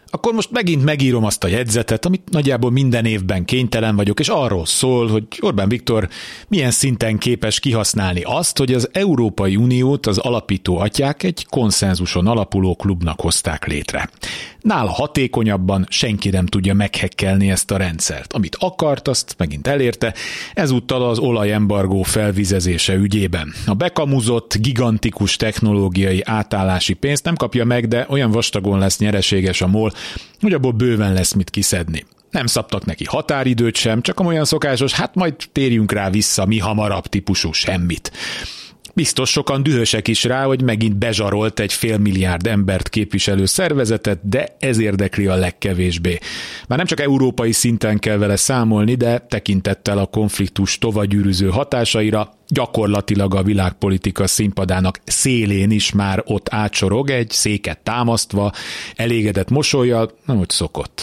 akkor most megint megírom azt a jegyzetet, amit nagyjából minden évben kénytelen vagyok, és arról szól, hogy Orbán Viktor milyen szinten képes kihasználni azt, hogy az Európai Uniót az alapító atyák egy konszenzuson alapuló klubnak hozták létre. Nála hatékonyabban senki nem tudja meghekkelni ezt a rendszert. Amit akart, azt megint elérte, ezúttal az olajembargó felvizezése ügyében. A bekamuzott, gigantikus technológiai átállási pénzt nem kapja meg, de olyan vastagon lesz nyereséges a MOL, hogy abból bőven lesz mit kiszedni. Nem szabtak neki határidőt sem, csak olyan szokásos, hát majd térjünk rá vissza mi hamarabb típusú semmit. Biztos sokan dühösek is rá, hogy megint bezsarolt egy 500 milliárd embert képviselő szervezetet, de ez érdekli a legkevésbé. Már nem csak európai szinten kell vele számolni, de tekintettel a konfliktus tovagyűrűző hatásaira gyakorlatilag a világpolitika színpadának szélén is már ott átsorog, egy széket támasztva, elégedett mosollyal, ahogy szokott.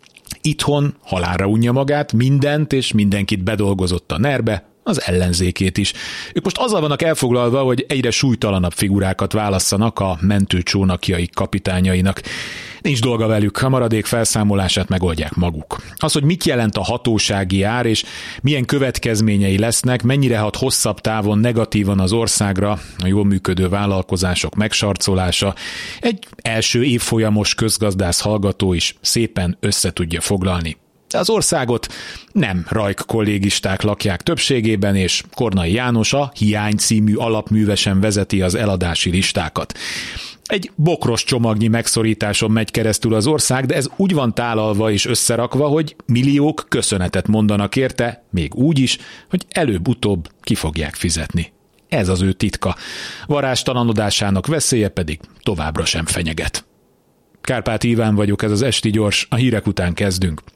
Itthon halálra unja magát, mindent és mindenkit bedolgozott a nerbe, az ellenzékét is. Ők most azzal vannak elfoglalva, hogy egyre súlytalanabb figurákat válasszanak a mentőcsónakjaik kapitányainak. Nincs dolga velük, a maradék felszámolását megoldják maguk. Az, hogy mit jelent a hatósági ár, és milyen következményei lesznek, mennyire hat hosszabb távon negatívan az országra, a jól működő vállalkozások megsarcolása, egy első évfolyamos közgazdász hallgató is szépen össze tudja foglalni. De az országot nem Rajk kollégisták lakják többségében, és Kornai János a Hiány című alapművesen vezeti az eladási listákat. Egy bokros csomagnyi megszorításon megy keresztül az ország, de ez úgy van tálalva és összerakva, hogy milliók köszönetet mondanak érte, még úgy is, hogy előbb-utóbb ki fogják fizetni. Ez az ő titka. Varázstalanodásának veszélye pedig továbbra sem fenyeget. Kárpáti Iván vagyok, ez az Esti Gyors, a hírek után kezdünk.